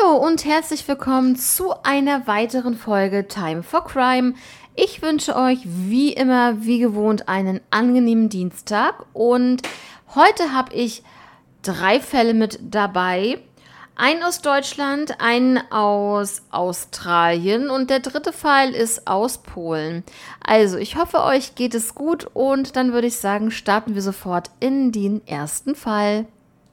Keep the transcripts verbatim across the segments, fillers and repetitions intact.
Hallo und herzlich willkommen zu einer weiteren Folge Time for Crime. Ich wünsche euch wie immer, wie gewohnt, einen angenehmen Dienstag und heute habe ich drei Fälle mit dabei. Einen aus Deutschland, einen aus Australien und der dritte Fall ist aus Polen. Also, ich hoffe, euch geht es gut und dann würde ich sagen, starten wir sofort in den ersten Fall.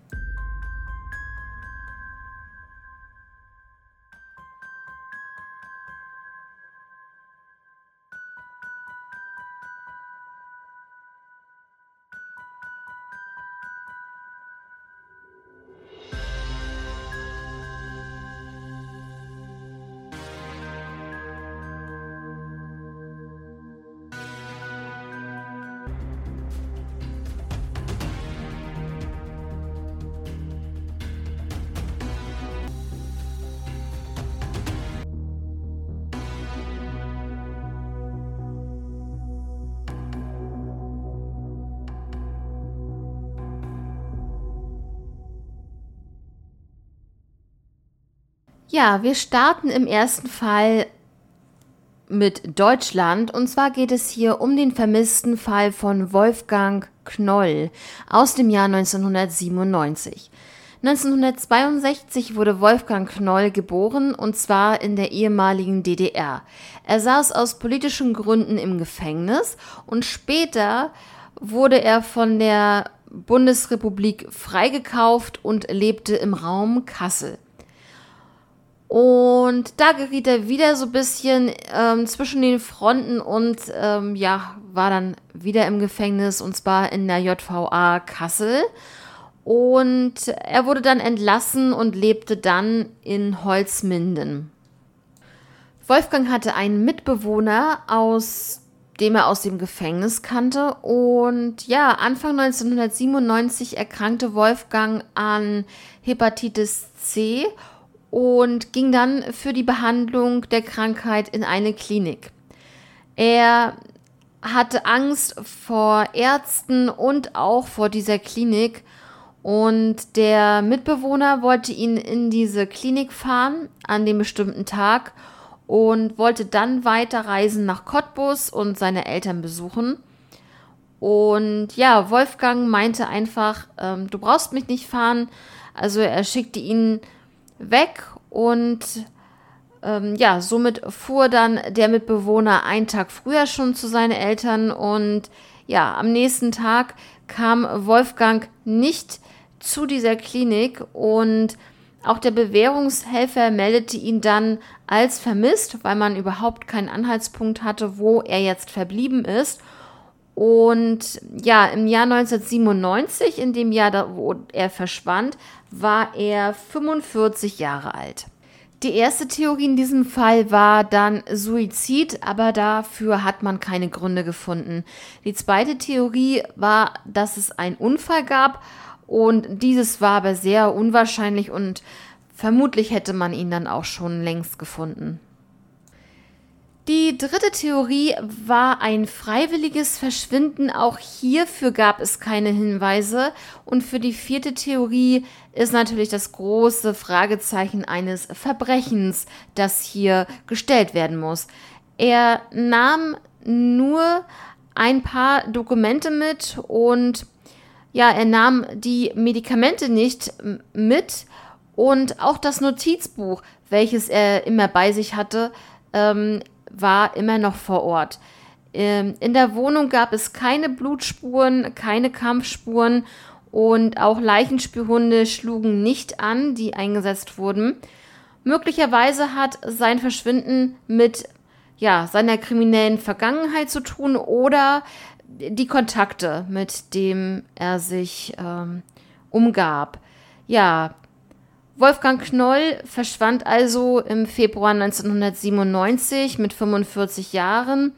Ja, wir starten im ersten Fall mit Deutschland und zwar geht es hier um den vermissten Fall von Wolfgang Knoll aus dem Jahr neunzehnhundertsiebenundneunzig. neunzehnhundertzweiundsechzig wurde Wolfgang Knoll geboren und zwar in der ehemaligen D D R. Er saß aus politischen Gründen im Gefängnis und später wurde er von der Bundesrepublik freigekauft und lebte im Raum Kassel. Und da geriet er wieder so ein bisschen ähm, zwischen den Fronten und ähm, ja, war dann wieder im Gefängnis und zwar in der J V A Kassel. Und er wurde dann entlassen und lebte dann in Holzminden. Wolfgang hatte einen Mitbewohner, aus dem er aus dem Gefängnis kannte. Und ja, Anfang neunzehnhundertsiebenundneunzig erkrankte Wolfgang an Hepatitis C und ging dann für die Behandlung der Krankheit in eine Klinik. Er hatte Angst vor Ärzten und auch vor dieser Klinik und der Mitbewohner wollte ihn in diese Klinik fahren an dem bestimmten Tag und wollte dann weiterreisen nach Cottbus und seine Eltern besuchen. Und ja, Wolfgang meinte einfach, ähm, du brauchst mich nicht fahren. Also er schickte ihn weg und ähm, ja, somit fuhr dann der Mitbewohner einen Tag früher schon zu seinen Eltern und ja, am nächsten Tag kam Wolfgang nicht zu dieser Klinik und auch der Bewährungshelfer meldete ihn dann als vermisst, weil man überhaupt keinen Anhaltspunkt hatte, wo er jetzt verblieben ist. Und ja, im Jahr neunzehnhundertsiebenundneunzig, in dem Jahr, wo er verschwand, war er fünfundvierzig Jahre alt. Die erste Theorie in diesem Fall war dann Suizid, aber dafür hat man keine Gründe gefunden. Die zweite Theorie war, dass es einen Unfall gab und dieses war aber sehr unwahrscheinlich und vermutlich hätte man ihn dann auch schon längst gefunden. Die dritte Theorie war ein freiwilliges Verschwinden. Auch hierfür gab es keine Hinweise. Und für die vierte Theorie ist natürlich das große Fragezeichen eines Verbrechens, das hier gestellt werden muss. Er nahm nur ein paar Dokumente mit und ja, er nahm die Medikamente nicht mit und auch das Notizbuch, welches er immer bei sich hatte, ähm, war immer noch vor Ort. Ähm, in der Wohnung gab es keine Blutspuren, keine Kampfspuren und auch Leichenspürhunde schlugen nicht an, die eingesetzt wurden. Möglicherweise hat sein Verschwinden mit ja, seiner kriminellen Vergangenheit zu tun oder die Kontakte, mit dem er sich ähm, umgab. Ja, Wolfgang Knoll verschwand also im Februar neunzehnhundertsiebenundneunzig mit fünfundvierzig Jahren.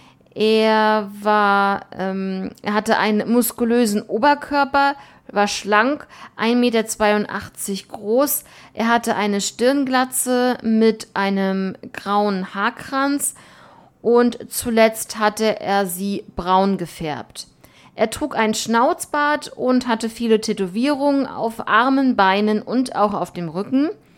Er war, ähm, er hatte einen muskulösen Oberkörper, war schlank, ein Meter zweiundachtzig groß. Er hatte eine Stirnglatze mit einem grauen Haarkranz und zuletzt hatte er sie braun gefärbt. Er trug einen Schnauzbart und hatte viele Tätowierungen auf Armen, Beinen und auch auf dem Rücken.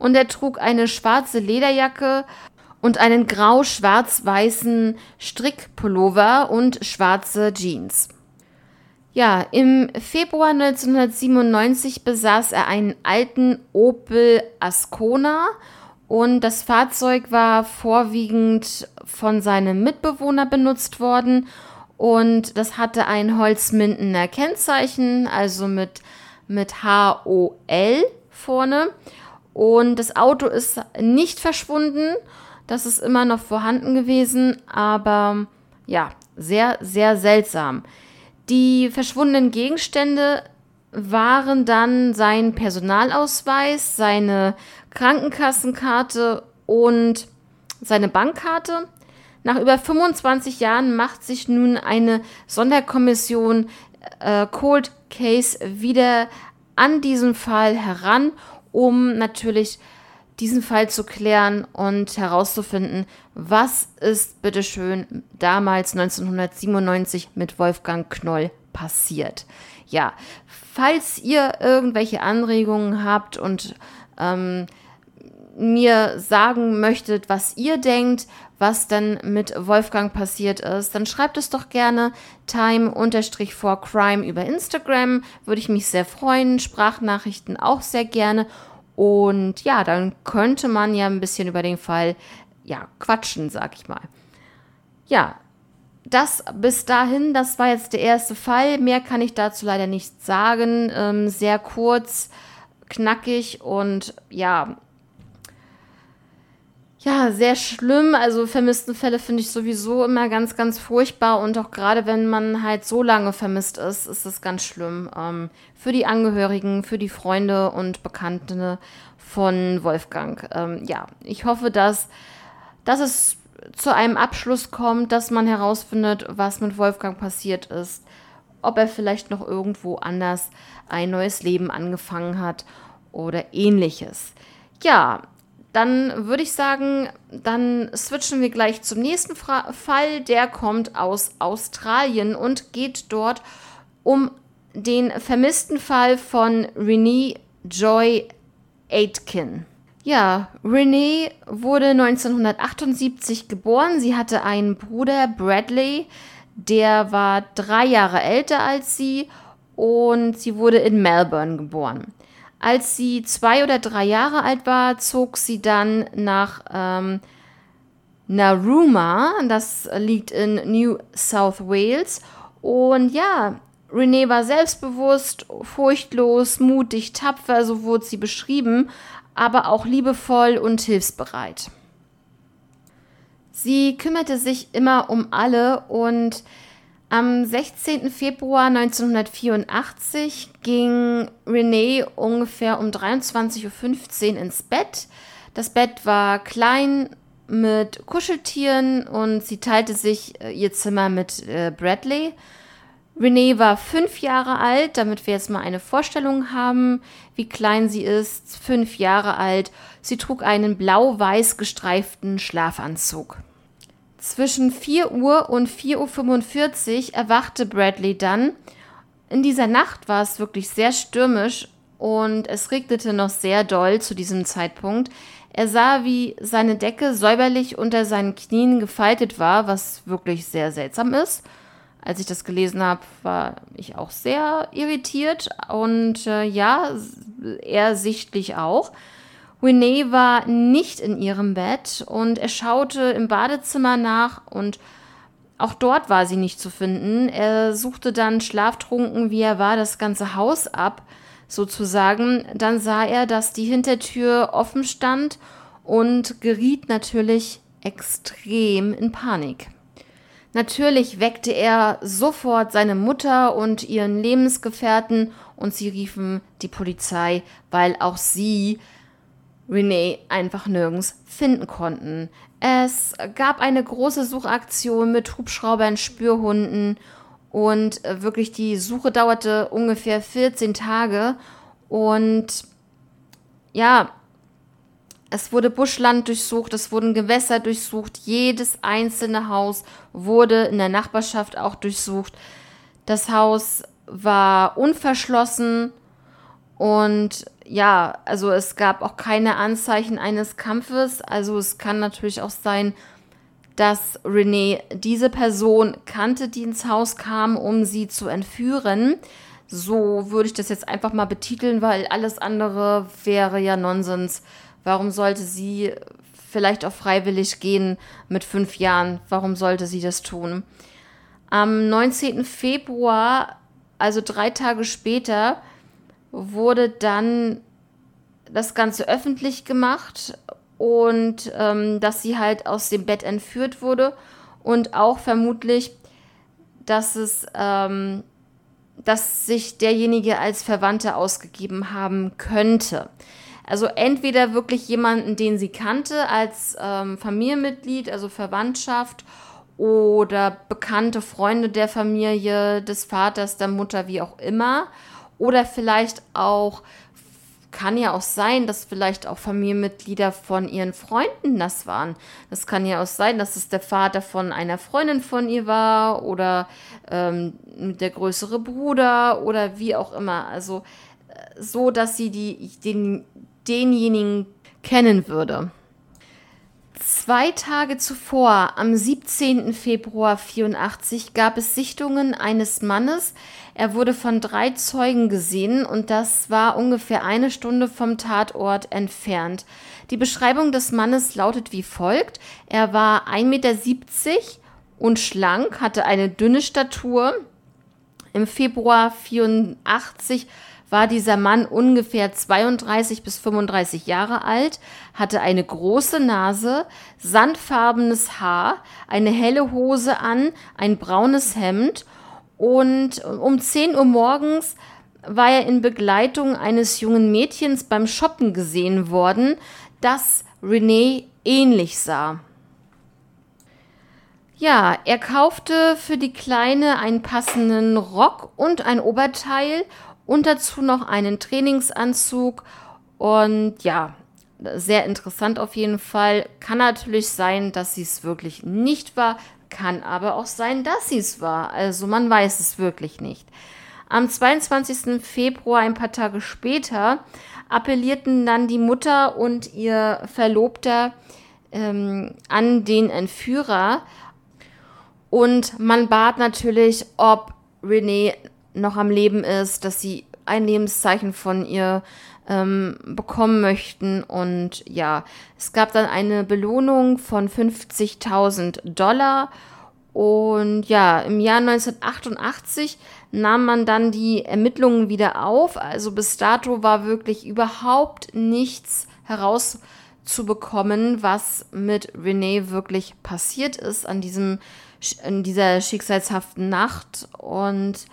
und er trug eine schwarze Lederjacke und einen grau-schwarz-weißen Strickpullover und schwarze Jeans. Ja, im Februar neunzehnhundertsiebenundneunzig besaß er einen alten Opel Ascona und das Fahrzeug war vorwiegend von seinem Mitbewohner benutzt worden und das hatte ein Holzmindener Kennzeichen, also mit, mit H O L vorne, und das Auto ist nicht verschwunden, das ist immer noch vorhanden gewesen, aber ja, sehr, sehr seltsam. Die verschwundenen Gegenstände waren dann sein Personalausweis, seine Krankenkassenkarte und seine Bankkarte. Nach über fünfundzwanzig Jahren macht sich nun eine Sonderkommission äh, Cold Case wieder an diesen Fall heran, um natürlich diesen Fall zu klären und herauszufinden, was ist bitteschön damals neunzehnhundertsiebenundneunzig mit Wolfgang Knoll passiert. Ja, falls ihr irgendwelche Anregungen habt und ähm, mir sagen möchtet, was ihr denkt, was denn mit Wolfgang passiert ist, dann schreibt es doch gerne time for crime über Instagram, würde ich mich sehr freuen, Sprachnachrichten auch sehr gerne. Und ja, dann könnte man ja ein bisschen über den Fall, ja, quatschen, sag ich mal. Ja, das bis dahin, das war jetzt der erste Fall. Mehr kann ich dazu leider nicht sagen. Ähm, sehr kurz, knackig und ja, ja, sehr schlimm. Also vermissten Fälle finde ich sowieso immer ganz, ganz furchtbar. Und auch gerade wenn man halt so lange vermisst ist, ist es ganz schlimm. Ähm, für die Angehörigen, für die Freunde und Bekannte von Wolfgang. Ähm, ja, ich hoffe, dass, dass es zu einem Abschluss kommt, dass man herausfindet, was mit Wolfgang passiert ist. Ob er vielleicht noch irgendwo anders ein neues Leben angefangen hat oder ähnliches. Ja, dann würde ich sagen, dann switchen wir gleich zum nächsten Fra- Fall. Der kommt aus Australien und geht dort um den vermissten Fall von Renee Joy Aitken. Ja, Renee wurde neunzehnhundertachtundsiebzig geboren. Sie hatte einen Bruder, Bradley, der war drei Jahre älter als sie und sie wurde in Melbourne geboren. Als sie zwei oder drei Jahre alt war, zog sie dann nach ähm, Narooma, das liegt in New South Wales. Und ja, Renee war selbstbewusst, furchtlos, mutig, tapfer, so wurde sie beschrieben, aber auch liebevoll und hilfsbereit. Sie kümmerte sich immer um alle und am sechzehnten Februar neunzehnhundertvierundachtzig ging Renee ungefähr um dreiundzwanzig Uhr fünfzehn ins Bett. Das Bett war klein mit Kuscheltieren und sie teilte sich ihr Zimmer mit äh, Bradley. Renee war fünf Jahre alt, damit wir jetzt mal eine Vorstellung haben, wie klein sie ist. Fünf Jahre alt. Sie trug einen blau-weiß gestreiften Schlafanzug. Zwischen vier Uhr und vier Uhr fünfundvierzig erwachte Bradley dann. In dieser Nacht war es wirklich sehr stürmisch und es regnete noch sehr doll zu diesem Zeitpunkt. Er sah, wie seine Decke säuberlich unter seinen Knien gefaltet war, was wirklich sehr seltsam ist. Als ich das gelesen habe, war ich auch sehr irritiert und äh, ja, er sichtlich auch. Renee war nicht in ihrem Bett und er schaute im Badezimmer nach und auch dort war sie nicht zu finden. Er suchte dann schlaftrunken, wie er war, das ganze Haus ab, sozusagen. Dann sah er, dass die Hintertür offen stand und geriet natürlich extrem in Panik. Natürlich weckte er sofort seine Mutter und ihren Lebensgefährten und sie riefen die Polizei, weil auch sie Renee einfach nirgends finden konnten. Es gab eine große Suchaktion mit Hubschraubern, Spürhunden und wirklich die Suche dauerte ungefähr vierzehn Tage und ja, es wurde Buschland durchsucht, es wurden Gewässer durchsucht, jedes einzelne Haus wurde in der Nachbarschaft auch durchsucht. Das Haus war unverschlossen und ja, also es gab auch keine Anzeichen eines Kampfes. Also es kann natürlich auch sein, dass Renee diese Person kannte, die ins Haus kam, um sie zu entführen. So würde ich das jetzt einfach mal betiteln, weil alles andere wäre ja Nonsens. Warum sollte sie vielleicht auch freiwillig gehen mit fünf Jahren? Warum sollte sie das tun? Am neunzehnten Februar, also drei Tage später, wurde dann das Ganze öffentlich gemacht und ähm, dass sie halt aus dem Bett entführt wurde und auch vermutlich, dass es, ähm, dass sich derjenige als Verwandter ausgegeben haben könnte. Also entweder wirklich jemanden, den sie kannte als ähm, Familienmitglied, also Verwandtschaft, oder bekannte Freunde der Familie, des Vaters, der Mutter, wie auch immer. Oder vielleicht auch, kann ja auch sein, dass vielleicht auch Familienmitglieder von ihren Freunden das waren. Das kann ja auch sein, dass es der Vater von einer Freundin von ihr war oder ähm, der größere Bruder oder wie auch immer. Also äh, so, dass sie die, den, denjenigen kennen würde. Zwei Tage zuvor, am siebzehnten Februar vierundachtzig, gab es Sichtungen eines Mannes. Er wurde von drei Zeugen gesehen und das war ungefähr eine Stunde vom Tatort entfernt. Die Beschreibung des Mannes lautet wie folgt. Er war ein Meter siebzig und schlank, hatte eine dünne Statur. Im Februar vierundachtzig war dieser Mann ungefähr zweiunddreißig bis fünfunddreißig Jahre alt, hatte eine große Nase, sandfarbenes Haar, eine helle Hose an, ein braunes Hemd und um zehn Uhr morgens war er in Begleitung eines jungen Mädchens beim Shoppen gesehen worden, das Renee ähnlich sah. Ja, er kaufte für die Kleine einen passenden Rock und ein Oberteil und dazu noch einen Trainingsanzug und ja, sehr interessant auf jeden Fall. Kann natürlich sein, dass sie es wirklich nicht war, kann aber auch sein, dass sie es war. Also man weiß es wirklich nicht. Am zweiundzwanzigsten Februar, ein paar Tage später, appellierten dann die Mutter und ihr Verlobter ähm, an den Entführer und man bat natürlich, ob Renee noch am Leben ist, dass sie ein Lebenszeichen von ihr ähm, bekommen möchten. Und ja, es gab dann eine Belohnung von fünfzigtausend Dollar. Und ja, im Jahr neunzehnhundertachtundachtzig nahm man dann die Ermittlungen wieder auf. Also bis dato war wirklich überhaupt nichts herauszubekommen, was mit Renee wirklich passiert ist an diesem, in dieser schicksalshaften Nacht. Und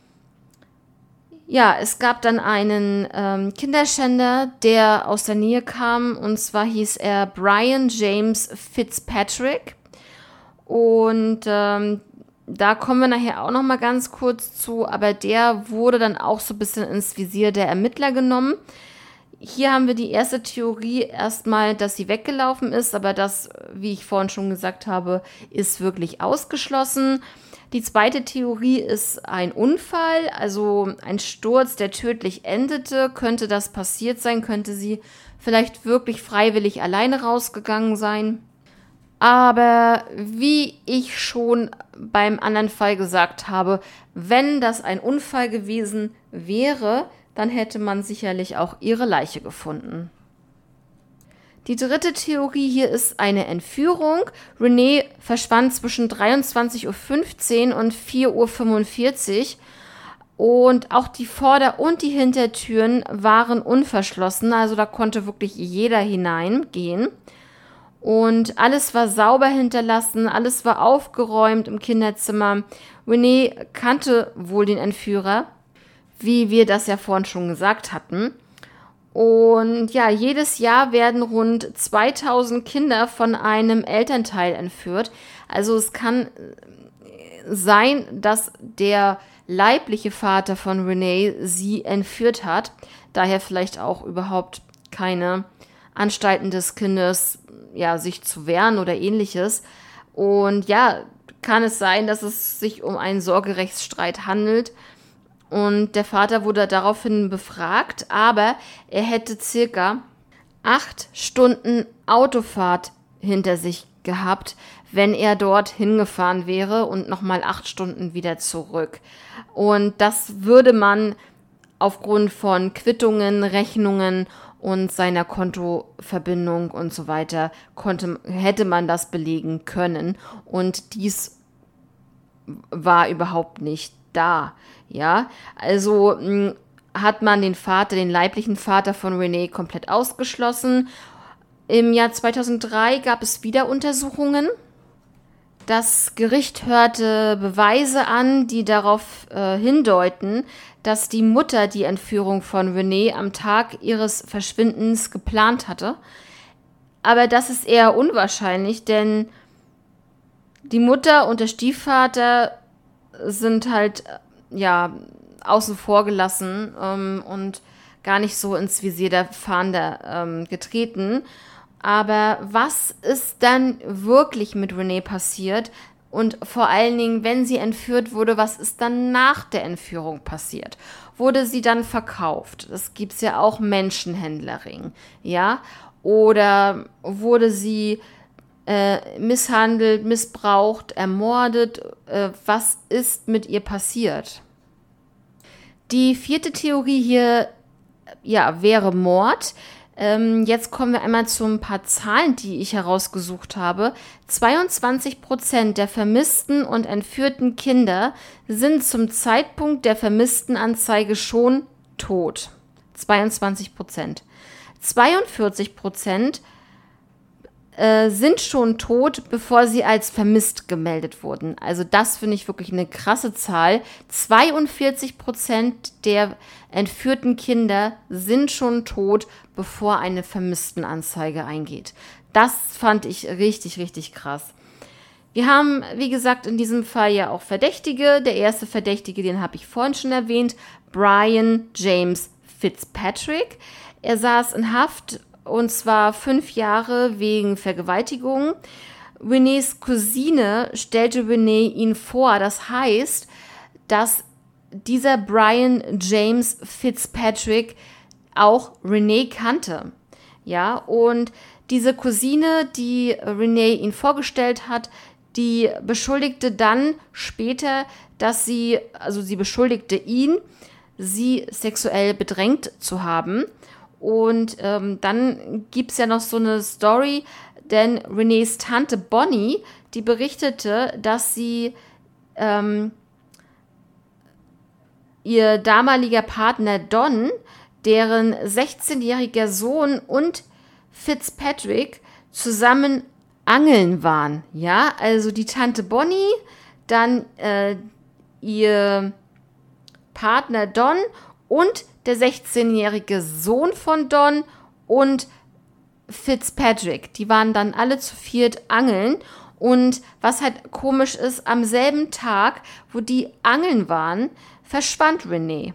ja, es gab dann einen ähm, Kinderschänder, der aus der Nähe kam, und zwar hieß er Brian James Fitzpatrick. Und ähm, da kommen wir nachher auch noch mal ganz kurz zu, aber der wurde dann auch so ein bisschen ins Visier der Ermittler genommen. Hier haben wir die erste Theorie erstmal, dass sie weggelaufen ist, aber das, wie ich vorhin schon gesagt habe, ist wirklich ausgeschlossen. Die zweite Theorie ist ein Unfall, also ein Sturz, der tödlich endete. Könnte das passiert sein? Könnte sie vielleicht wirklich freiwillig alleine rausgegangen sein? Aber wie ich schon beim anderen Fall gesagt habe, wenn das ein Unfall gewesen wäre, dann hätte man sicherlich auch ihre Leiche gefunden. Die dritte Theorie hier ist eine Entführung. Renee verschwand zwischen dreiundzwanzig Uhr fünfzehn und vier Uhr fünfundvierzig und auch die Vorder- und die Hintertüren waren unverschlossen, also da konnte wirklich jeder hineingehen. Und alles war sauber hinterlassen, alles war aufgeräumt im Kinderzimmer. Renee kannte wohl den Entführer, wie wir das ja vorhin schon gesagt hatten. Und ja, jedes Jahr werden rund zweitausend Kinder von einem Elternteil entführt. Also es kann sein, dass der leibliche Vater von Renee sie entführt hat. Daher vielleicht auch überhaupt keine Anstalten des Kindes, ja, sich zu wehren oder ähnliches. Und ja, kann es sein, dass es sich um einen Sorgerechtsstreit handelt. Und der Vater wurde daraufhin befragt, aber er hätte circa acht Stunden Autofahrt hinter sich gehabt, wenn er dort hingefahren wäre und nochmal acht Stunden wieder zurück. Und das würde man aufgrund von Quittungen, Rechnungen und seiner Kontoverbindung und so weiter, konnte, hätte man das belegen können. Und dies war überhaupt nicht da. Ja, also mh, hat man den Vater, den leiblichen Vater von Renee komplett ausgeschlossen. Im Jahr zweitausenddrei gab es wieder Untersuchungen. Das Gericht hörte Beweise an, die darauf äh, hindeuten, dass die Mutter die Entführung von Renee am Tag ihres Verschwindens geplant hatte. Aber das ist eher unwahrscheinlich, denn die Mutter und der Stiefvater sind halt ja außen vor gelassen ähm, und gar nicht so ins Visier der Fahnder ähm, getreten. Aber was ist dann wirklich mit Renee passiert? Und vor allen Dingen, wenn sie entführt wurde, was ist dann nach der Entführung passiert? Wurde sie dann verkauft? Das gibt es ja auch Menschenhändlerring, ja? Oder wurde sie äh, misshandelt, missbraucht, ermordet? Äh, was ist mit ihr passiert? Die vierte Theorie hier, ja, wäre Mord. Ähm, jetzt kommen wir einmal zu ein paar Zahlen, die ich herausgesucht habe. zweiundzwanzig Prozent der vermissten und entführten Kinder sind zum Zeitpunkt der Vermisstenanzeige schon tot. zweiundzwanzig Prozent. zweiundvierzig Prozent äh, sind schon tot, bevor sie als vermisst gemeldet wurden. Also das finde ich wirklich eine krasse Zahl. zweiundvierzig Prozent der entführten Kinder sind schon tot, bevor eine Vermisstenanzeige eingeht. Das fand ich richtig, richtig krass. Wir haben, wie gesagt, in diesem Fall ja auch Verdächtige. Der erste Verdächtige, den habe ich vorhin schon erwähnt, Brian James Fitzpatrick. Er saß in Haft und zwar fünf Jahre wegen Vergewaltigung. Renees Cousine stellte Renee ihn vor. Das heißt, dass dieser Brian James Fitzpatrick auch Renee kannte. Ja, und diese Cousine, die Renee ihn vorgestellt hat, die beschuldigte dann später, dass sie, also sie beschuldigte ihn, sie sexuell bedrängt zu haben. Und ähm, dann gibt es ja noch so eine Story, denn Renees Tante Bonnie, die berichtete, dass sie ähm, ihr damaliger Partner Don, deren sechzehnjähriger Sohn und Fitzpatrick zusammen angeln waren. Ja, also die Tante Bonnie, dann äh, ihr Partner Don und der sechzehnjährige Sohn von Don und Fitzpatrick. Die waren dann alle zu viert angeln. Und was halt komisch ist, am selben Tag, wo die angeln waren, verschwand Renee.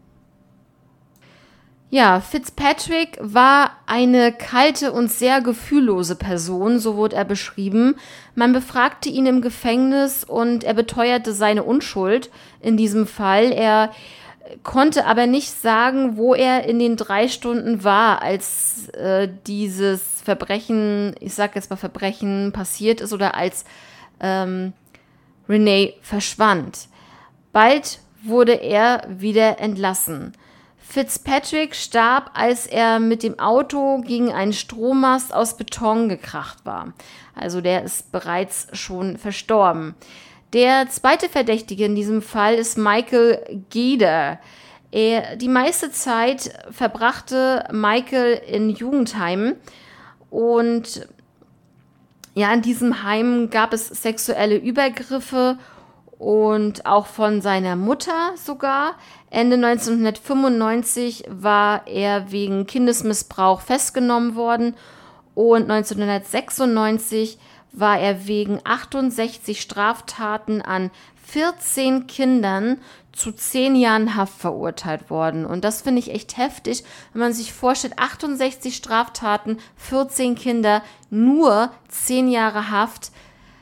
Ja, Fitzpatrick war eine kalte und sehr gefühllose Person, so wurde er beschrieben. Man befragte ihn im Gefängnis und er beteuerte seine Unschuld in diesem Fall. Er konnte aber nicht sagen, wo er in den drei Stunden war, als äh, dieses Verbrechen, ich sag jetzt mal Verbrechen, passiert ist oder als ähm, Renee verschwand. Bald wurde er wieder entlassen. Fitzpatrick starb, als er mit dem Auto gegen einen Strommast aus Beton gekracht war. Also der ist bereits schon verstorben. Der zweite Verdächtige in diesem Fall ist Michael Geder. Er, die meiste Zeit verbrachte Michael in Jugendheimen und ja, in diesem Heim gab es sexuelle Übergriffe und auch von seiner Mutter sogar. Ende neunzehnhundertfünfundneunzig war er wegen Kindesmissbrauch festgenommen worden und neunzehnhundertsechsundneunzig war er wegen achtundsechzig Straftaten an vierzehn Kindern zu zehn Jahren Haft verurteilt worden. Und das finde ich echt heftig, wenn man sich vorstellt, achtundsechzig Straftaten, vierzehn Kinder, nur zehn Jahre Haft,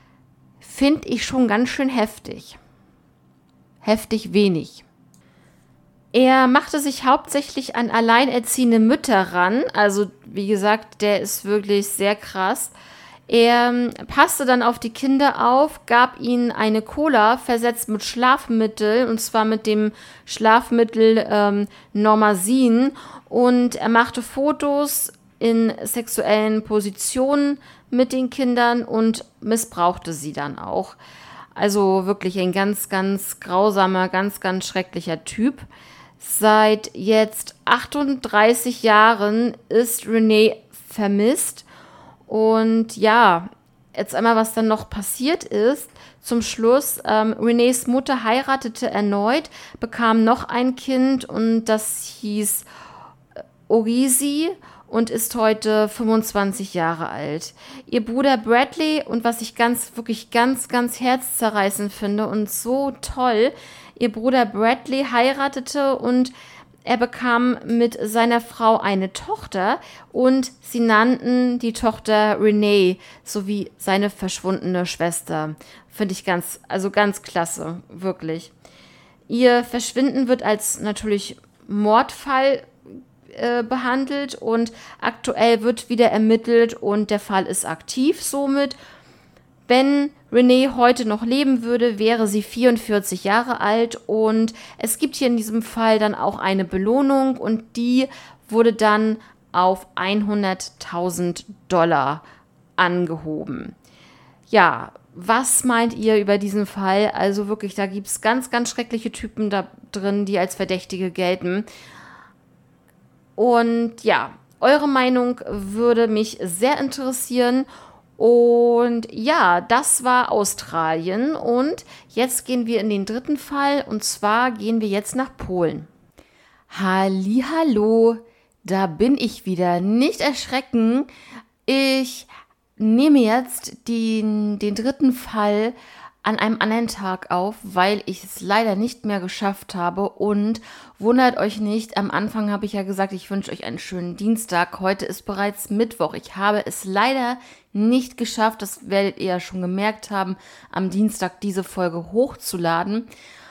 finde ich schon ganz schön heftig. Heftig wenig. Er machte sich hauptsächlich an alleinerziehende Mütter ran. Also wie gesagt, der ist wirklich sehr krass. Er ähm, passte dann auf die Kinder auf, gab ihnen eine Cola versetzt mit Schlafmittel, und zwar mit dem Schlafmittel ähm, Normasin. Und er machte Fotos in sexuellen Positionen mit den Kindern und missbrauchte sie dann auch. Also wirklich ein ganz, ganz grausamer, ganz, ganz schrecklicher Typ. Seit jetzt achtunddreißig Jahren ist Renee vermisst. Und ja, jetzt einmal, was dann noch passiert ist. Zum Schluss, ähm, Renees Mutter heiratete erneut, bekam noch ein Kind und das hieß Orisi und ist heute fünfundzwanzig Jahre alt. Ihr Bruder Bradley, und was ich ganz, wirklich ganz, ganz herzzerreißend finde und so toll, ihr Bruder Bradley heiratete und er bekam mit seiner Frau eine Tochter und sie nannten die Tochter Renee, sowie seine verschwundene Schwester. Finde ich ganz, also ganz klasse, wirklich. Ihr Verschwinden wird als natürlich Mordfall äh, behandelt und aktuell wird wieder ermittelt und der Fall ist aktiv somit. Wenn Renee heute noch leben würde, wäre sie vierundvierzig Jahre alt und es gibt hier in diesem Fall dann auch eine Belohnung und die wurde dann auf hunderttausend Dollar angehoben. Ja, was meint ihr über diesen Fall? Also wirklich, da gibt es ganz, ganz schreckliche Typen da drin, die als Verdächtige gelten. Und ja, eure Meinung würde mich sehr interessieren. Und ja, das war Australien und jetzt gehen wir in den dritten Fall und zwar gehen wir jetzt nach Polen. Hallihallo, da bin ich wieder. Nicht erschrecken, ich nehme jetzt den, den dritten Fall an einem anderen Tag auf, weil ich es leider nicht mehr geschafft habe und wundert euch nicht, am Anfang habe ich ja gesagt, ich wünsche euch einen schönen Dienstag. Heute ist bereits Mittwoch. Ich habe es leider nicht geschafft, das werdet ihr ja schon gemerkt haben, am Dienstag diese Folge hochzuladen.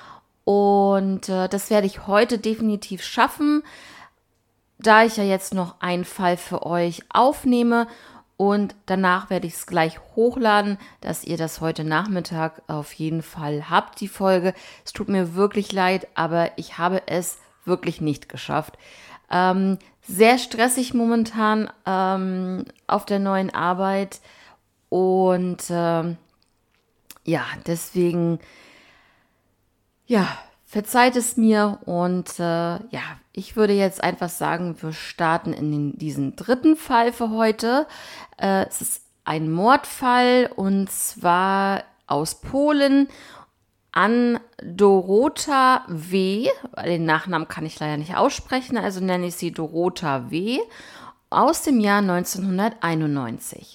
Und äh, das werde ich heute definitiv schaffen, da ich ja jetzt noch einen Fall für euch aufnehme. Und danach werde ich es gleich hochladen, dass ihr das heute Nachmittag auf jeden Fall habt, die Folge. Es tut mir wirklich leid, aber ich habe es wirklich nicht geschafft. Ähm, sehr stressig momentan ähm, auf der neuen Arbeit. Und ähm, ja, deswegen, ja, verzeiht es mir. Und äh, ja, ich würde jetzt einfach sagen, wir starten in den, diesen dritten Fall für heute. Äh, es ist ein Mordfall und zwar aus Polen an Dorota W. Den Nachnamen kann ich leider nicht aussprechen, also nenne ich sie Dorota W. aus dem Jahr neunzehnhunderteinundneunzig.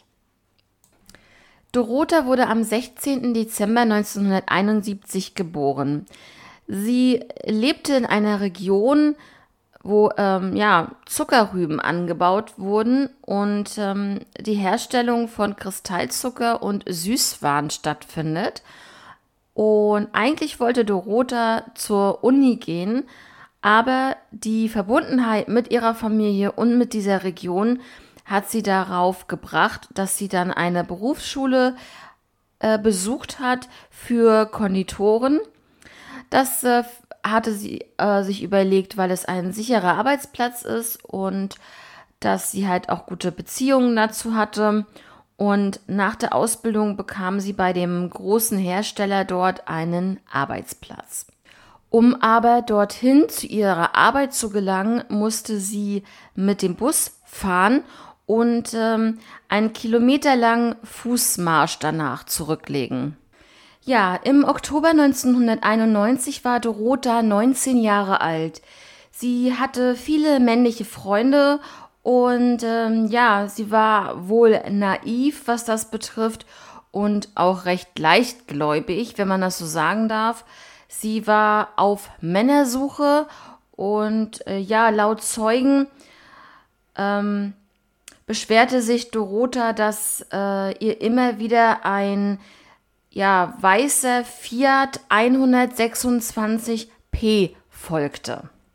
Dorota wurde am sechzehnten Dezember neunzehnhunderteinundsiebzig geboren. Sie lebte in einer Region, wo ähm, ja, Zuckerrüben angebaut wurden und ähm, die Herstellung von Kristallzucker und Süßwaren stattfindet. Und eigentlich wollte Dorota zur Uni gehen, aber die Verbundenheit mit ihrer Familie und mit dieser Region hat sie darauf gebracht, dass sie dann eine Berufsschule äh, besucht hat für Konditoren. Das äh, hatte sie äh, sich überlegt, weil es ein sicherer Arbeitsplatz ist und dass sie halt auch gute Beziehungen dazu hatte. Und nach der Ausbildung bekam sie bei dem großen Hersteller dort einen Arbeitsplatz. Um aber dorthin zu ihrer Arbeit zu gelangen, musste sie mit dem Bus fahren und ähm, einen kilometerlangen Fußmarsch danach zurücklegen. Ja, im Oktober neunzehnhunderteinundneunzig war Dorota neunzehn Jahre alt. Sie hatte viele männliche Freunde und ähm, ja, sie war wohl naiv, was das betrifft und auch recht leichtgläubig, wenn man das so sagen darf. Sie war auf Männersuche und äh, ja, laut Zeugen ähm, beschwerte sich Dorota, dass äh, ihr immer wieder ein ja, weißer Fiat hundertsechsundzwanzig P folgte.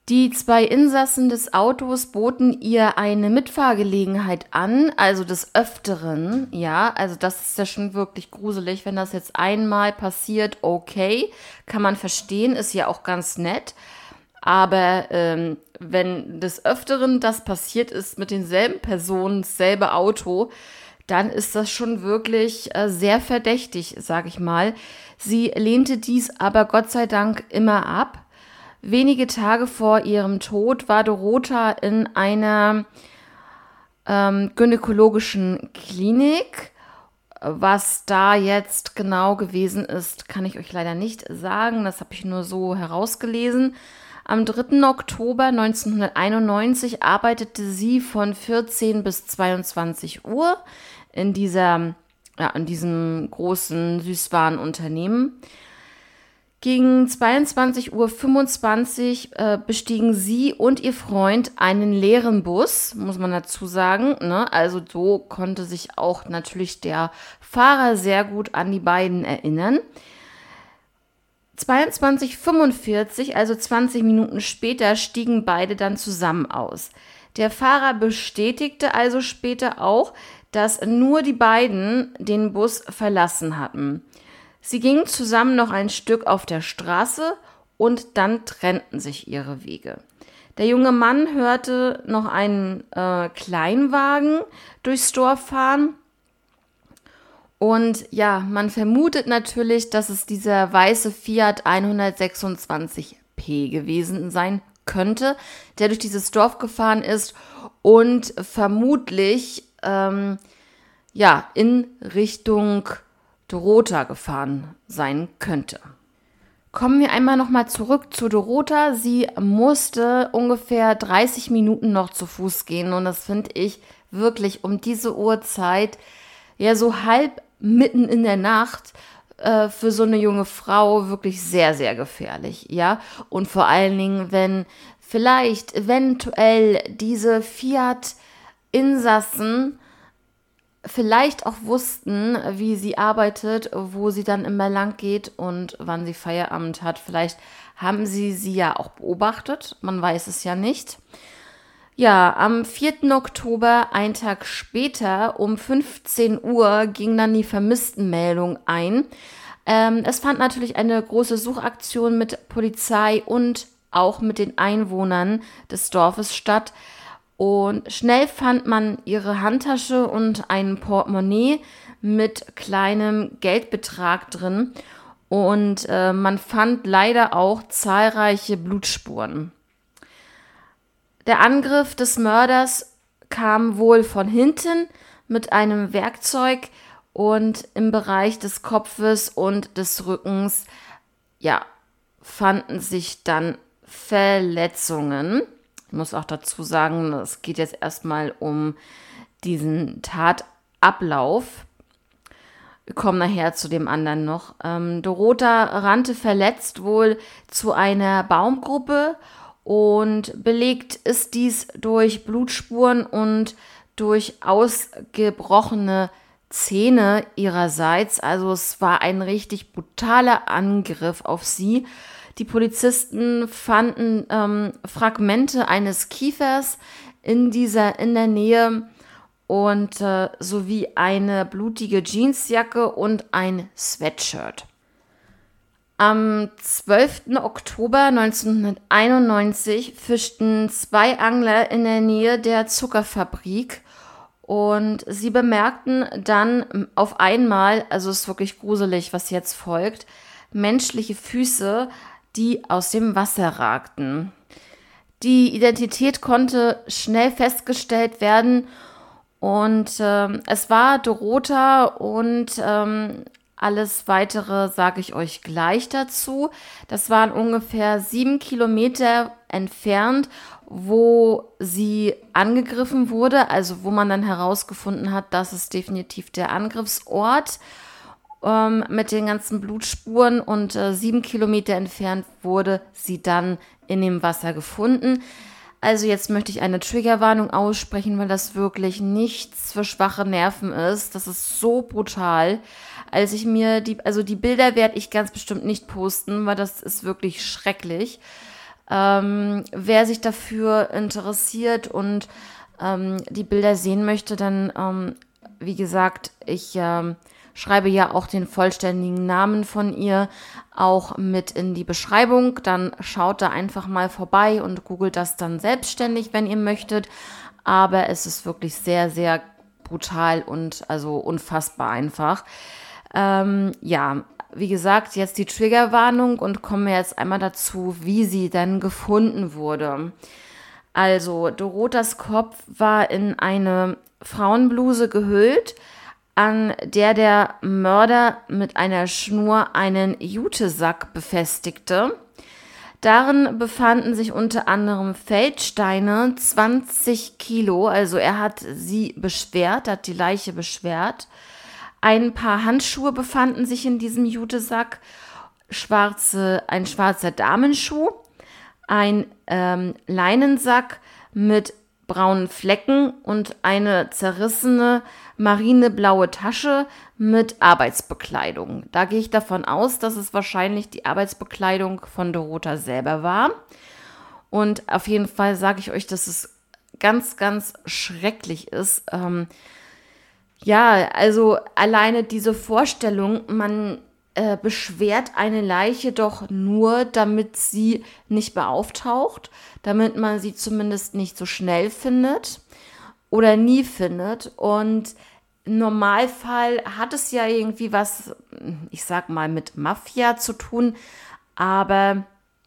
Die zwei Insassen des Autos boten ihr eine Mitfahrgelegenheit an, also des Öfteren, ja, also das ist ja schon wirklich gruselig, wenn das jetzt einmal passiert, okay, kann man verstehen, ist ja auch ganz nett, aber ähm, wenn des Öfteren das passiert ist mit denselben Personen, dasselbe Auto, dann ist das schon wirklich äh, sehr verdächtig, sag ich mal. Sie lehnte dies aber Gott sei Dank immer ab. Wenige Tage vor ihrem Tod war Dorota in einer ähm, gynäkologischen Klinik. Was da jetzt genau gewesen ist, kann ich euch leider nicht sagen. Das habe ich nur so herausgelesen. Am dritten Oktober neunzehnhunderteinundneunzig arbeitete sie von vierzehn bis zweiundzwanzig Uhr in, dieser, ja, in diesem großen Süßwarenunternehmen. Gegen zweiundzwanzig Uhr fünfundzwanzig äh, bestiegen sie und ihr Freund einen leeren Bus, muss man dazu sagen. Ne? Also so konnte sich auch natürlich der Fahrer sehr gut an die beiden erinnern. zweiundzwanzig Uhr fünfundvierzig, also zwanzig Minuten später, stiegen beide dann zusammen aus. Der Fahrer bestätigte also später auch, dass nur die beiden den Bus verlassen hatten. Sie gingen zusammen noch ein Stück auf der Straße und dann trennten sich ihre Wege. Der junge Mann hörte noch einen äh, Kleinwagen durchs Dorf fahren. Und ja, man vermutet natürlich, dass es dieser weiße Fiat hundertsechsundzwanzig P gewesen sein könnte, der durch dieses Dorf gefahren ist und vermutlich ähm, ja, in Richtung Dorota gefahren sein könnte. Kommen wir einmal nochmal zurück zu Dorota. Sie musste ungefähr dreißig Minuten noch zu Fuß gehen und das finde ich wirklich um diese Uhrzeit, ja so halb mitten in der Nacht, äh, für so eine junge Frau wirklich sehr, sehr gefährlich, ja. Und vor allen Dingen, wenn vielleicht eventuell diese Fiat-Insassen vielleicht auch wussten, wie sie arbeitet, wo sie dann immer lang geht und wann sie Feierabend hat. Vielleicht haben sie sie ja auch beobachtet, man weiß es ja nicht. Ja, am vierten Oktober, einen Tag später, um fünfzehn Uhr, ging dann die Vermisstenmeldung ein. Ähm, es fand natürlich eine große Suchaktion mit Polizei und auch mit den Einwohnern des Dorfes statt. Und schnell fand man ihre Handtasche und ein Portemonnaie mit kleinem Geldbetrag drin. Und äh, man fand leider auch zahlreiche Blutspuren. Der Angriff des Mörders kam wohl von hinten mit einem Werkzeug und im Bereich des Kopfes und des Rückens, ja, fanden sich dann Verletzungen. Ich muss auch dazu sagen, es geht jetzt erstmal um diesen Tatablauf. Wir kommen nachher zu dem anderen noch. Ähm, Dorota rannte verletzt wohl zu einer Baumgruppe und belegt ist dies durch Blutspuren und durch ausgebrochene Zähne ihrerseits. Also es war ein richtig brutaler Angriff auf sie. Die Polizisten fanden ähm, Fragmente eines Kiefers in dieser in der Nähe und äh, sowie eine blutige Jeansjacke und ein Sweatshirt. Am zwölften Oktober neunzehnhunderteinundneunzig fischten zwei Angler in der Nähe der Zuckerfabrik und sie bemerkten dann auf einmal, also es ist wirklich gruselig, was jetzt folgt, menschliche Füße, die aus dem Wasser ragten. Die Identität konnte schnell festgestellt werden und ähm, es war Dorota und ähm, alles Weitere sage ich euch gleich dazu. Das waren ungefähr sieben Kilometer entfernt, wo sie angegriffen wurde, also wo man dann herausgefunden hat, dass es definitiv der Angriffsort ähm, mit den ganzen Blutspuren und äh, sieben Kilometer entfernt wurde sie dann in dem Wasser gefunden. Also jetzt möchte ich eine Triggerwarnung aussprechen, weil das wirklich nichts für schwache Nerven ist. Das ist so brutal. Als ich mir die, also die Bilder werde ich ganz bestimmt nicht posten, weil das ist wirklich schrecklich. Ähm, wer sich dafür interessiert und ähm, die Bilder sehen möchte, dann, ähm, wie gesagt, ich ähm, schreibe ja auch den vollständigen Namen von ihr auch mit in die Beschreibung. Dann schaut da einfach mal vorbei und googelt das dann selbstständig, wenn ihr möchtet. Aber es ist wirklich sehr, sehr brutal und also unfassbar einfach. Ähm, ja, wie gesagt, jetzt die Triggerwarnung und kommen wir jetzt einmal dazu, wie sie dann gefunden wurde. Also, Dorothas Kopf war in eine Frauenbluse gehüllt, an der der Mörder mit einer Schnur einen Jutesack befestigte. Darin befanden sich unter anderem Feldsteine, zwanzig Kilo, also er hat sie beschwert, hat die Leiche beschwert. Ein paar Handschuhe befanden sich in diesem Jutesack, schwarze, ein schwarzer Damenschuh, ein ähm, Leinensack mit braunen Flecken und eine zerrissene marineblaue Tasche mit Arbeitsbekleidung. Da gehe ich davon aus, dass es wahrscheinlich die Arbeitsbekleidung von Dorota selber war. Und auf jeden Fall sage ich euch, dass es ganz, ganz schrecklich ist. Ähm, ja, also alleine diese Vorstellung, man äh, beschwert eine Leiche doch nur, damit sie nicht mehr auftaucht, damit man sie zumindest nicht so schnell findet oder nie findet. Und im Normalfall hat es ja irgendwie was, ich sag mal, mit Mafia zu tun, aber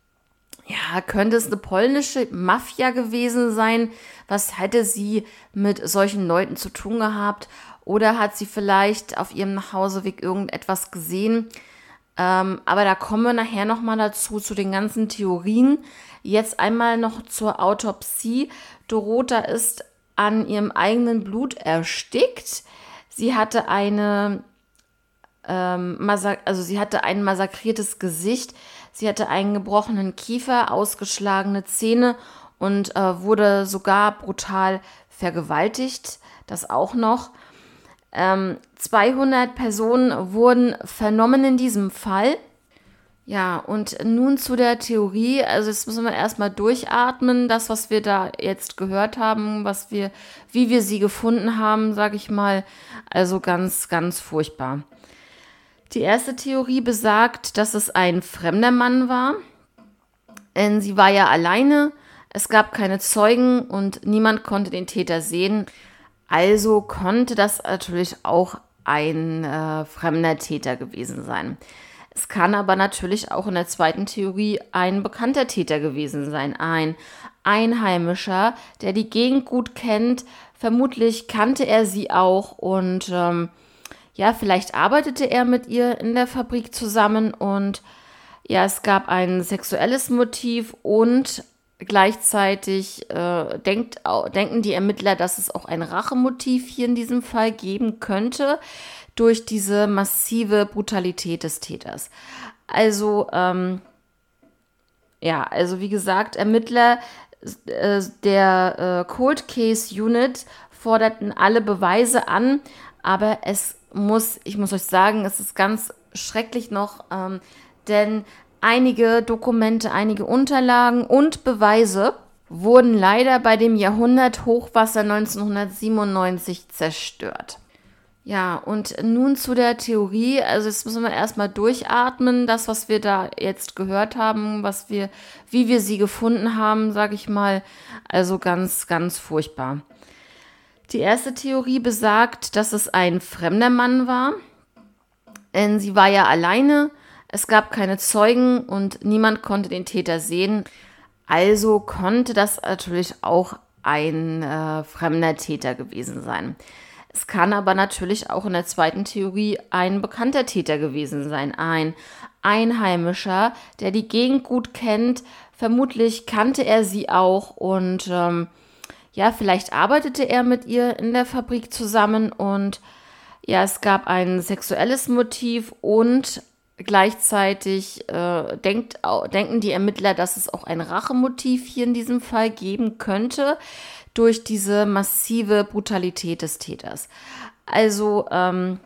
ja, könnte es eine polnische Mafia gewesen sein? Was hätte sie mit solchen Leuten zu tun gehabt? Oder hat sie vielleicht auf ihrem Nachhauseweg irgendetwas gesehen? Ähm, aber da kommen wir nachher nochmal dazu, zu den ganzen Theorien. Jetzt einmal noch zur Autopsie. Dorota ist an ihrem eigenen Blut erstickt. Sie hatte eine, ähm, Massa- also sie hatte ein massakriertes Gesicht. Sie hatte einen gebrochenen Kiefer, ausgeschlagene Zähne und äh, wurde sogar brutal vergewaltigt. Das auch noch. Ähm, zweihundert Personen wurden vernommen in diesem Fall. Ja, und nun zu der Theorie. Also jetzt müssen wir erstmal durchatmen. Das, was wir da jetzt gehört haben, was wir, wie wir sie gefunden haben, sage ich mal. Also ganz, ganz furchtbar. Die erste Theorie besagt, dass es ein fremder Mann war. Denn sie war ja alleine. Es gab keine Zeugen und niemand konnte den Täter sehen. Also konnte das natürlich auch ein äh, fremder Täter gewesen sein. Es kann aber natürlich auch in der zweiten Theorie ein bekannter Täter gewesen sein. Ein Einheimischer, der die Gegend gut kennt. Vermutlich kannte er sie auch und ähm, ja, vielleicht arbeitete er mit ihr in der Fabrik zusammen und ja, es gab ein sexuelles Motiv und gleichzeitig äh, denkt, denken die Ermittler, dass es auch ein Rachemotiv hier in diesem Fall geben könnte, durch diese massive Brutalität des Täters. Also, ähm, ja, also wie gesagt, Ermittler äh, der äh, Cold Case Unit forderten alle Beweise an, aber es muss, ich muss euch sagen, es ist ganz schrecklich noch, ähm, denn einige Dokumente, einige Unterlagen und Beweise wurden leider bei dem Jahrhundert-Hochwasser neunzehnhundertsiebenundneunzig zerstört. Ja, und nun zu der Theorie. Also jetzt müssen wir erstmal durchatmen. Das, was wir da jetzt gehört haben, was wir, wie wir sie gefunden haben, sage ich mal. Also ganz, ganz furchtbar. Die erste Theorie besagt, dass es ein fremder Mann war. Denn sie war ja alleine. Es gab keine Zeugen und niemand konnte den Täter sehen. Also konnte das natürlich auch ein äh, fremder Täter gewesen sein. Es kann aber natürlich auch in der zweiten Theorie ein bekannter Täter gewesen sein. Ein Einheimischer, der die Gegend gut kennt. Vermutlich kannte er sie auch und ähm, ja, vielleicht arbeitete er mit ihr in der Fabrik zusammen und ja, es gab ein sexuelles Motiv und gleichzeitig äh, denkt, denken die Ermittler, dass es auch ein Rachemotiv hier in diesem Fall geben könnte, durch diese massive Brutalität des Täters. Also, ähm,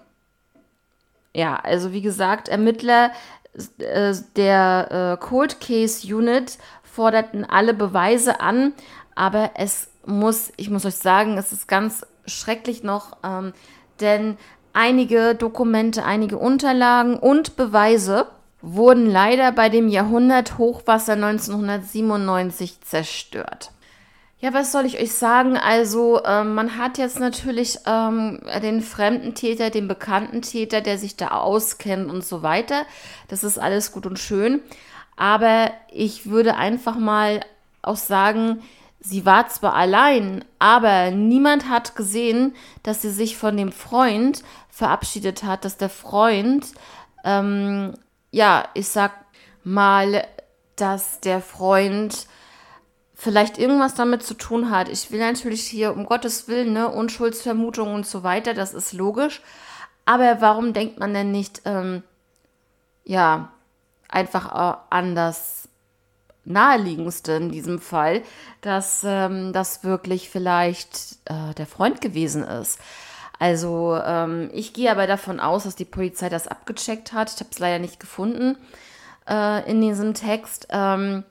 ja, also wie gesagt, Ermittler äh, der äh, Cold Case Unit forderten alle Beweise an, aber es muss, ich muss euch sagen, es ist ganz schrecklich noch, ähm, denn einige Dokumente, einige Unterlagen und Beweise wurden leider bei dem Jahrhunderthochwasser neunzehnhundertsiebenundneunzig zerstört. Ja, was soll ich euch sagen? Also ähm, man hat jetzt natürlich ähm, den fremden Täter, den bekannten Täter, der sich da auskennt und so weiter. Das ist alles gut und schön. Aber ich würde einfach mal auch sagen, sie war zwar allein, aber niemand hat gesehen, dass sie sich von dem Freund verabschiedet hat, dass der Freund, ähm, ja, ich sag mal, dass der Freund vielleicht irgendwas damit zu tun hat. Ich will natürlich hier, um Gottes Willen, ne, Unschuldsvermutung und so weiter, das ist logisch. Aber warum denkt man denn nicht, ähm, ja, einfach äh, an das Naheliegendste in diesem Fall, dass ähm, das wirklich vielleicht äh, der Freund gewesen ist. Also ähm, ich gehe aber davon aus, dass die Polizei das abgecheckt hat. Ich habe es leider nicht gefunden äh, in diesem Text. Ähm,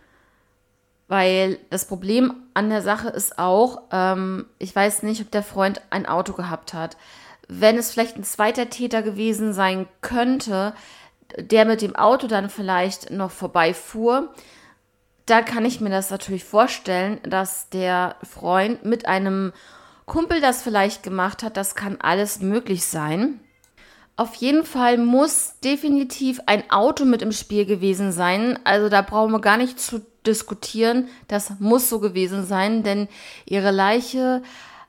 Weil das Problem an der Sache ist auch, ähm, ich weiß nicht, ob der Freund ein Auto gehabt hat. Wenn es vielleicht ein zweiter Täter gewesen sein könnte, der mit dem Auto dann vielleicht noch vorbeifuhr, da kann ich mir das natürlich vorstellen, dass der Freund mit einem Kumpel das vielleicht gemacht hat. Das kann alles möglich sein. Auf jeden Fall muss definitiv ein Auto mit im Spiel gewesen sein. Also da brauchen wir gar nicht zu diskutieren. Das muss so gewesen sein, denn ihre Leiche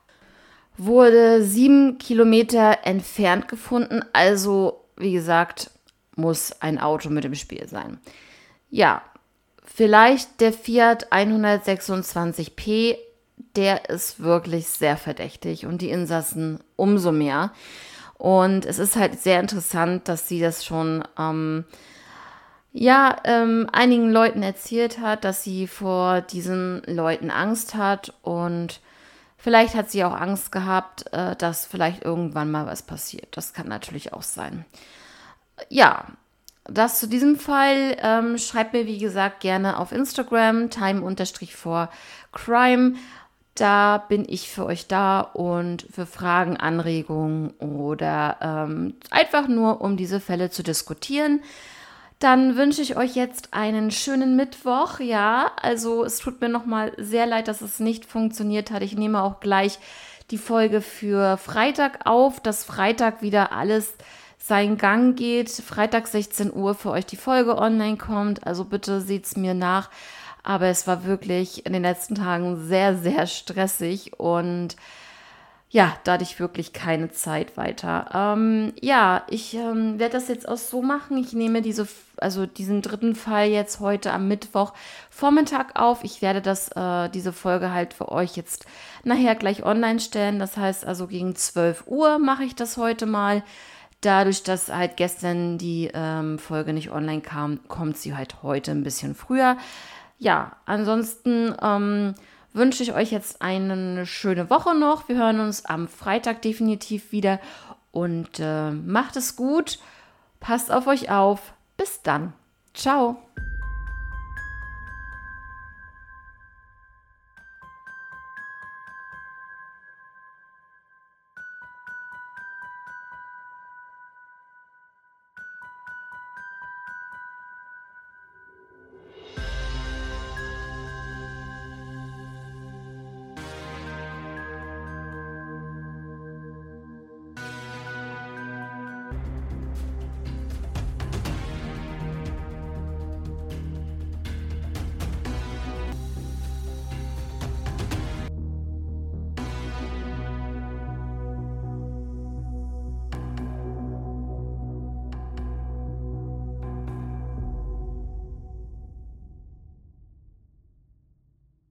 wurde sieben Kilometer entfernt gefunden. Also, wie gesagt, muss ein Auto mit im Spiel sein. Ja, vielleicht der Fiat hundertsechsundzwanzig P, der ist wirklich sehr verdächtig und die Insassen umso mehr. Und es ist halt sehr interessant, dass sie das schon ähm, ja, ähm, einigen Leuten erzählt hat, dass sie vor diesen Leuten Angst hat und vielleicht hat sie auch Angst gehabt, äh, dass vielleicht irgendwann mal was passiert. Das kann natürlich auch sein. Ja, das zu diesem Fall. Ähm, schreibt mir, wie gesagt, gerne auf Instagram, time for crime. Da bin ich für euch da und für Fragen, Anregungen oder ähm, einfach nur, um diese Fälle zu diskutieren. Dann wünsche ich euch jetzt einen schönen Mittwoch. Ja, also es tut mir nochmal sehr leid, dass es nicht funktioniert hat. Ich nehme auch gleich die Folge für Freitag auf, dass Freitag wieder alles seinen Gang geht. Freitag sechzehn Uhr für euch die Folge online kommt. Also bitte seht's mir nach. Aber es war wirklich in den letzten Tagen sehr, sehr stressig und ja, da hatte ich wirklich keine Zeit weiter. Ähm, ja, ich ähm, werde das jetzt auch so machen. Ich nehme diese, also diesen dritten Fall jetzt heute am Mittwoch Vormittag auf. Ich werde das, äh, diese Folge halt für euch jetzt nachher gleich online stellen. Das heißt also gegen zwölf Uhr mache ich das heute mal. Dadurch, dass halt gestern die ähm, Folge nicht online kam, kommt sie halt heute ein bisschen früher. Ja, ansonsten ähm, wünsche ich euch jetzt eine schöne Woche noch. Wir hören uns am Freitag definitiv wieder und äh, macht es gut. Passt auf euch auf. Bis dann. Ciao.